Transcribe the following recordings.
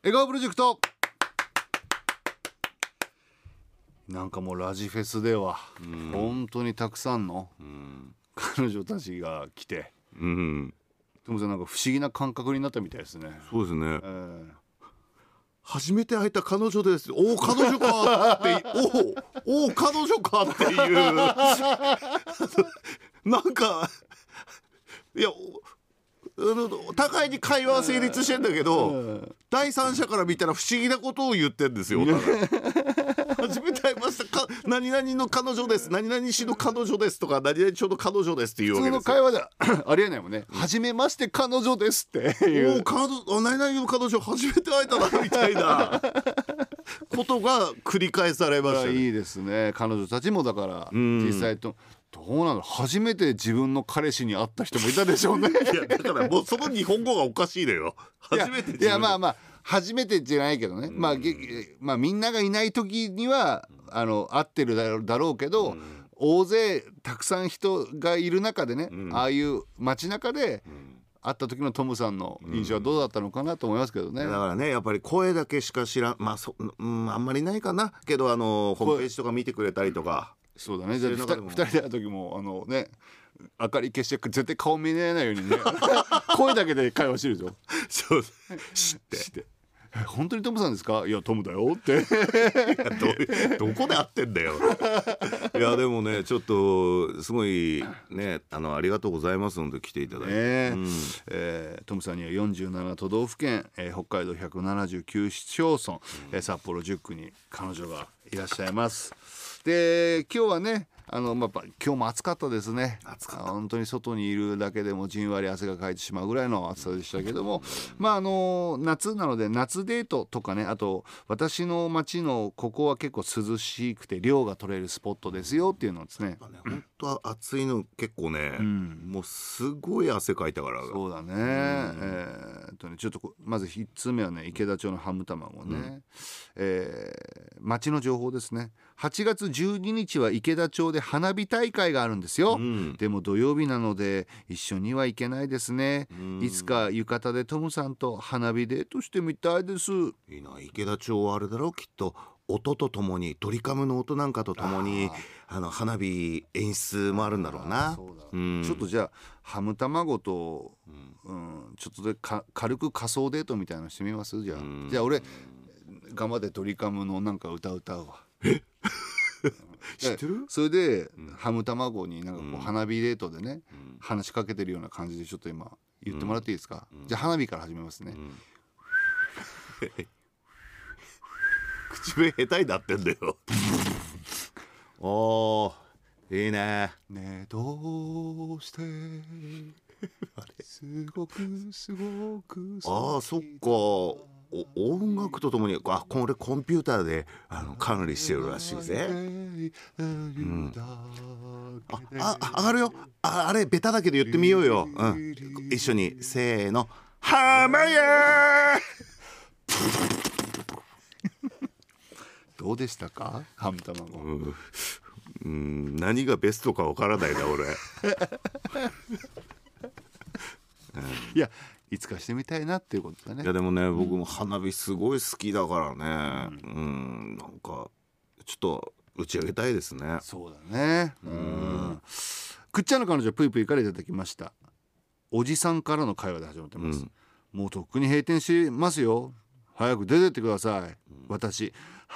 笑顔プロジェクト。なんかもうラジフェスでは本当にたくさんの彼女たちが来て、でもなんか不思議な感覚になったみたいですね。 そうですね、初めて会えた彼女です。おお彼女かっておお彼女かっていうなんかいや互いに会話は成立してんだけど、第三者から見たら不思議なことを言ってんですよ。初めて会いましたか、何々の彼女です、何々氏の彼女ですとか、何々町の彼女ですっていうわけですよ。 普通の会話ではありえないもんね。初めまして彼女ですっていう、 何々の彼女初めて会えたなみたいなことが繰り返されましたね。 いいですね。彼女たちもだから実際とどうなの、初めて自分の彼氏に会った人もいたでしょうね。 いやだからもうその日本語がおかしいのよ。初めていやまあ初めてじゃないけどね、まあみんながいない時には会ってるだろうけど、大勢たくさん人がいる中でね、ああいう街中で会った時のトムさんの印象はどうだったのかなと思いますけどね。 だからね、やっぱり声だけしか知らん、あんまりないかなけど、ホームページとか見てくれたりとか。 そうだね。2人で会った時もね、明かり消して絶対顔見えないようにね声だけで会話してるでしょ。 そう知って本当にトムさんですか。いやトムだよってどこで会ってんだよ。いやでもね、ちょっとすごいね、ありがとうございますので来ていただいて、 トムさんには47都道府県、北海道179市町村、札幌10区に彼女がいらっしゃいます。で今日はね今日も暑かったですね。本当に外にいるだけでもじんわり汗がかいてしまうぐらいの暑さでしたけども、夏なので夏デートとかね、あと私の町のここは結構涼しくて涼が取れるスポットですよっていうのですね。 本当は暑いの結構ね、もうすごい汗かいたから。 そうだね。ちょっとまず1つ目はね、池田町のハム卵ね、町の情報ですね。8月12日は池田町で花火大会があるんですよ、でも土曜日なので一緒には行けないですね、いつか浴衣でトムさんと花火デートしてみたいです。 いいな。池田町はあれだろう、きっと音とともにドリカムの音なんかとともに花火演出もあるんだろうな。 そうだ、ちょっとじゃあハム卵と、ちょっとで軽く仮装デートみたいなのしてみます。じゃあ俺頑張ってドリカムのなんか歌うわ。 知ってる？ それで、ハム卵になんかこう花火デートでね、話しかけてるような感じでちょっと今言ってもらっていいですか？じゃあ花火から始めますね。 口笛下手になってんだよ。おーいいね。 ねえどうしてすごくああそっか。音楽とともにこれコンピューターで管理してるらしいぜ。上がるよ。あれベタだけど言ってみようよ。一緒にせーの。はまやどうでしたかハム卵。 何がベストかわからないな俺。 いやいつかしてみたいなっていうことだね。 いやでもね、僕も花火すごい好きだからね、なんかちょっと打ち上げたいですね。 そうだね。くっちゃんの彼女ぷいぷいからいただきました。おじさんからの会話で始まってます、もうとっくに閉店しますよ、早く出てってください、私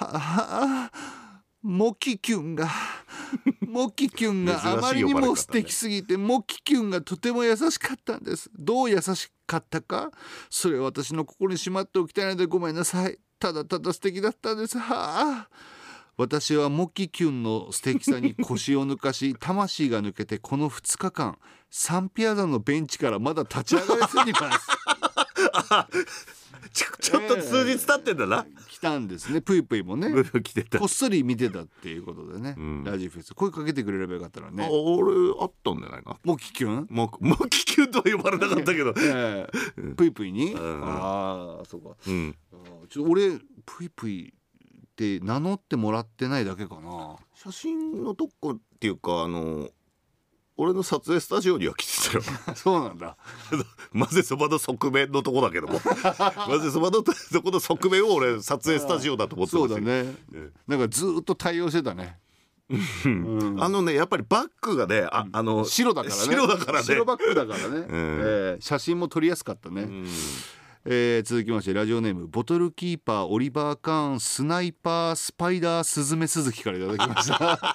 モキキュンがあまりにも素敵すぎて、モキキュンがとても優しかったんです。どう優しかったか、それは私の心にしまっておきたいのでごめんなさい。ただただ素敵だったんです。私はモキキュンの素敵さに腰を抜かし魂が抜けて、この2日間サンピアザのベンチからまだ立ち上がれずにますちょっと数日経ってんだな、 来たんですね。ぷいぷいもね来てた。 こっそり見てたっていうことでね、ラジフェス声かけてくれればよかったらね。 俺あったんじゃないか。 モキキュンモキキュンとは呼ばれなかったけどぷいぷいに、そうか、俺ぷいぷいって名乗ってもらってないだけかな。 写真のとこっていうか俺の撮影スタジオには来てたよそうなんだ。 混ぜそばの側面のとこだけども混ぜそばのとこの側面を俺撮影スタジオだと思ってそうましただね。なんかずっと対応してたね。 やっぱりバッグがね白だからね。 白だからね白バッグだからね。写真も撮りやすかったね。続きましてラジオネームボトルキーパーオリバー・カーンスナイパースパイダースズメ鈴木からいただきました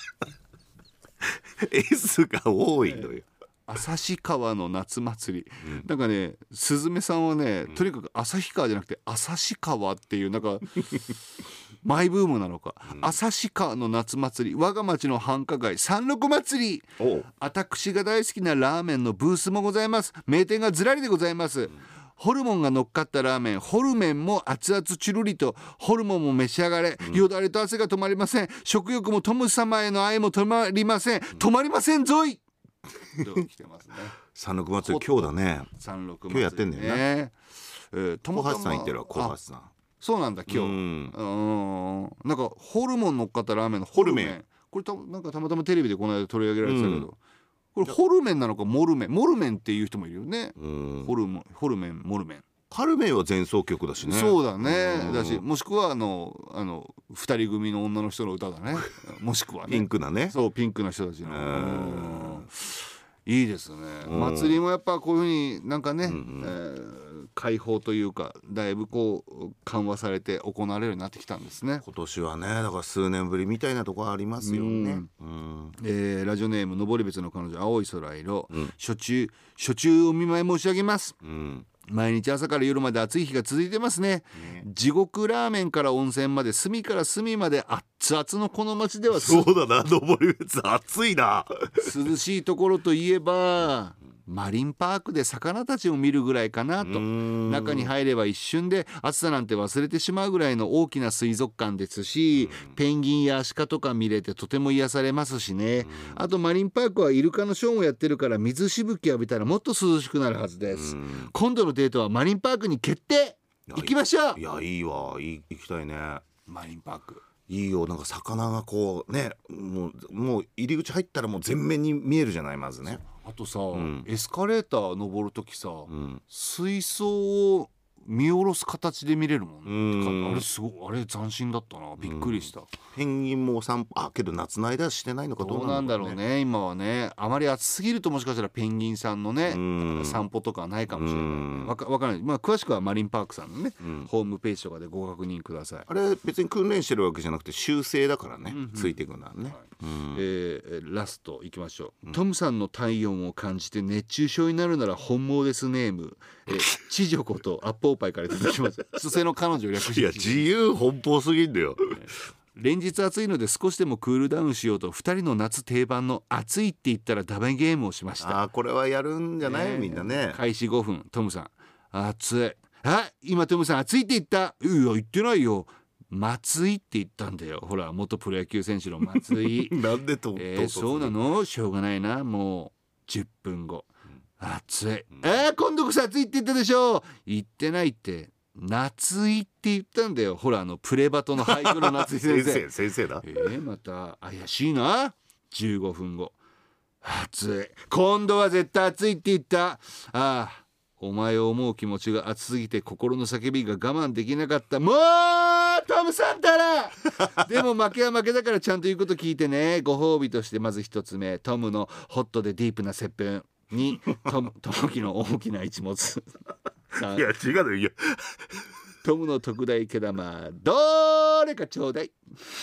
S が多いのよ。 旭川の夏祭り、なんかねスズメさんはね、とにかく旭川じゃなくて旭川っていうなんかマイブームなのか、旭川の夏祭り我が町の繁華街三六祭り、私が大好きなラーメンのブースもございます。名店がずらりでございます。ホルモンが乗っかったラーメン、ホルメンも熱々チュルリと、ホルモンも召し上がれ、よだれと汗が止まりません。食欲もトム様への愛も止まりません。止まりませんぞい来てますね。 三六祭り今日だね。 三六今日やってんだよね。 小橋さん言ってるわ、小橋さん。 そうなんだ今日。なんかホルモン乗っかったラーメンのホルメン、これなんかたまたまテレビでこの間取り上げられてたけど、これホルメンなのかモルメンっていう人もいるよね。ホルメンモルメン。 カルメンは前奏曲だしね。 そうだね。だしもしくは二人組の女の人の歌だね。もしくはねピンクなね。 そうピンクな人たちの。いいですね。祭りもやっぱこういうふうになんかね、開放というかだいぶこう緩和されて行われるようになってきたんですね。 今年はねだから数年ぶりみたいなところありますよね。 ラジオネーム登別の彼女青い空色、初中お見舞い申し上げます。毎日朝から夜まで暑い日が続いてますね。地獄ラーメンから温泉まで隅から隅まで熱々のこの街ではそうだな、登別暑いな。 涼しいところといえばマリンパークで魚たちを見るぐらいかなと。中に入れば一瞬で暑さなんて忘れてしまうぐらいの大きな水族館ですし、ペンギンやアシカとか見れてとても癒されますしね。あとマリンパークはイルカのショーもやってるから水しぶき浴びたらもっと涼しくなるはずです。今度のデートはマリンパークに決定。行きましょう。 いやいいわ、行きたいね。 マリンパークいいよ。なんか魚がこうね、もう入り口入ったらもう全面に見えるじゃない。まずね。 あとさ、エスカレーター登るときさ、水槽を見下ろす形で見れるもん。あれすごい、あれ斬新だったな。びっくりした。 ペンギンもお散歩、けど夏の間はしてないのかどうなんだろうね。今はねあまり暑すぎるともしかしたらペンギンさんのね散歩とかはないかもしれない。わからない。詳しくはマリンパークさんのね、ホームページとかでご確認ください。 あれ別に訓練してるわけじゃなくて習性だからね、ついていくんだね。 ラストいきましょう。トムさんの体温を感じて熱中症になるなら本望ですネーム、チジョコとアッポーパイからいただきました。女性の彼女を略して。 いや自由奔放すぎんだよ。 連日暑いので少しでもクールダウンしようと2人の夏定番の暑いって言ったらダメゲームをしました。 これはやるんじゃない、みんなね。 開始5分トムさん暑い。今トムさん暑いって言った。いや言ってないよ、松井って言ったんだよ。ほら元プロ野球選手の松井なんでと、 そうなの。しょうがないな。もう10分後暑い。今度こそ暑いって言ったでしょ。言ってないって、夏井って言ったんだよ。ほらプレバトの俳句の夏井先生先生だ。 また怪しいな。15分後暑い。今度は絶対暑いって言った。お前を思う気持ちが熱すぎて心の叫びが我慢できなかった。もうトムさんたらでも負けは負けだからちゃんと言うこと聞いてね。ご褒美としてまず一つ目、トムのホットでディープな接吻。2、トムキの大きな一物。3、 いや違うの。いやトムの特大毛玉どれかちょうだい。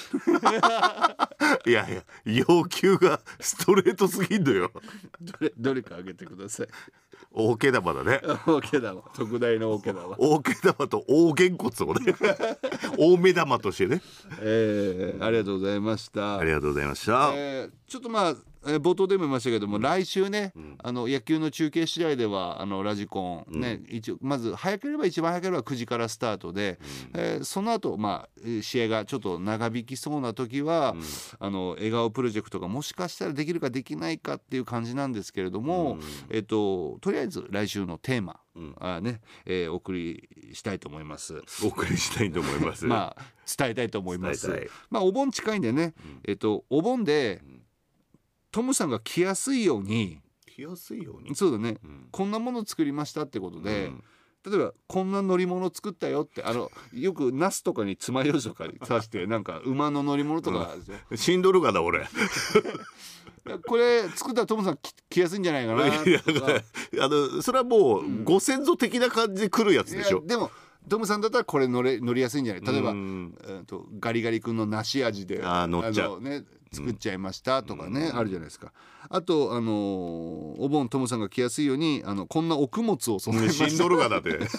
いや要求がストレートすぎんのよ。 どれかあげてください。 大毛玉だね。 大毛玉、特大の大毛玉。 大毛玉と大げんこつをね大目玉としてね。 ありがとうございました。 ありがとうございました。 ちょっと冒頭でも言いましたけども、来週ね、野球の中継試合ではラジコンね、一応まず一番早ければ9時からスタートで、その後試合がちょっと長引きそうな時は、笑顔プロジェクトがもしかしたらできるかできないかっていう感じなんですけれども、とりあえず来週のテーマお送りしたいと思います。 お送りしたいと思います。 伝えたいと思います。お盆近いんでね、お盆でトムさんが着やすいように、 着やすいように。 そうだね、 うんこんなもの作りましたってことで、 うん例えばこんな乗り物作ったよってよくナスとかに爪楊枝とか刺してなんか馬の乗り物とかあるでしょ、 死んどるかな俺。 いやこれ作ったらトムさん着やすいんじゃないかないやとかそれはもうご先祖的な感じで来るやつでしょ。 いやでもトムさんだったらこれ乗りやすいんじゃない、例えば、 うんガリガリ君の梨味で乗っちゃうね、作っちゃいましたとかね、あるじゃないですか。あとお盆トムさんが着やすいようにこんなお供物を備えました死んどるかなって。 ね、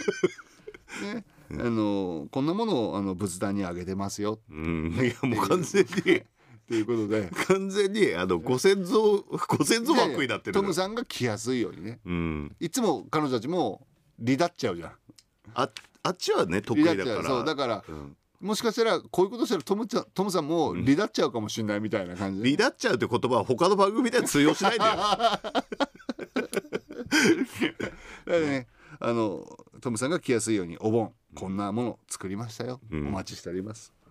こんなものを仏壇にあげてますようんいやもう完全にということで完全にご先祖枠になってる。 トムさんが着やすいようにね、 うんいつも彼女たちも離立っちゃうじゃん。 あっちはね得意だから。 そうだから、 うんもしかしたらこういうことしたらトムさんも離立っちゃうかもしれないみたいな感じで、 離立っちゃうって言葉は他の番組では通用しないんだよ。 だからねトムさんが着やすいようにお盆こんなもの作りましたよ、 うんお待ちしております。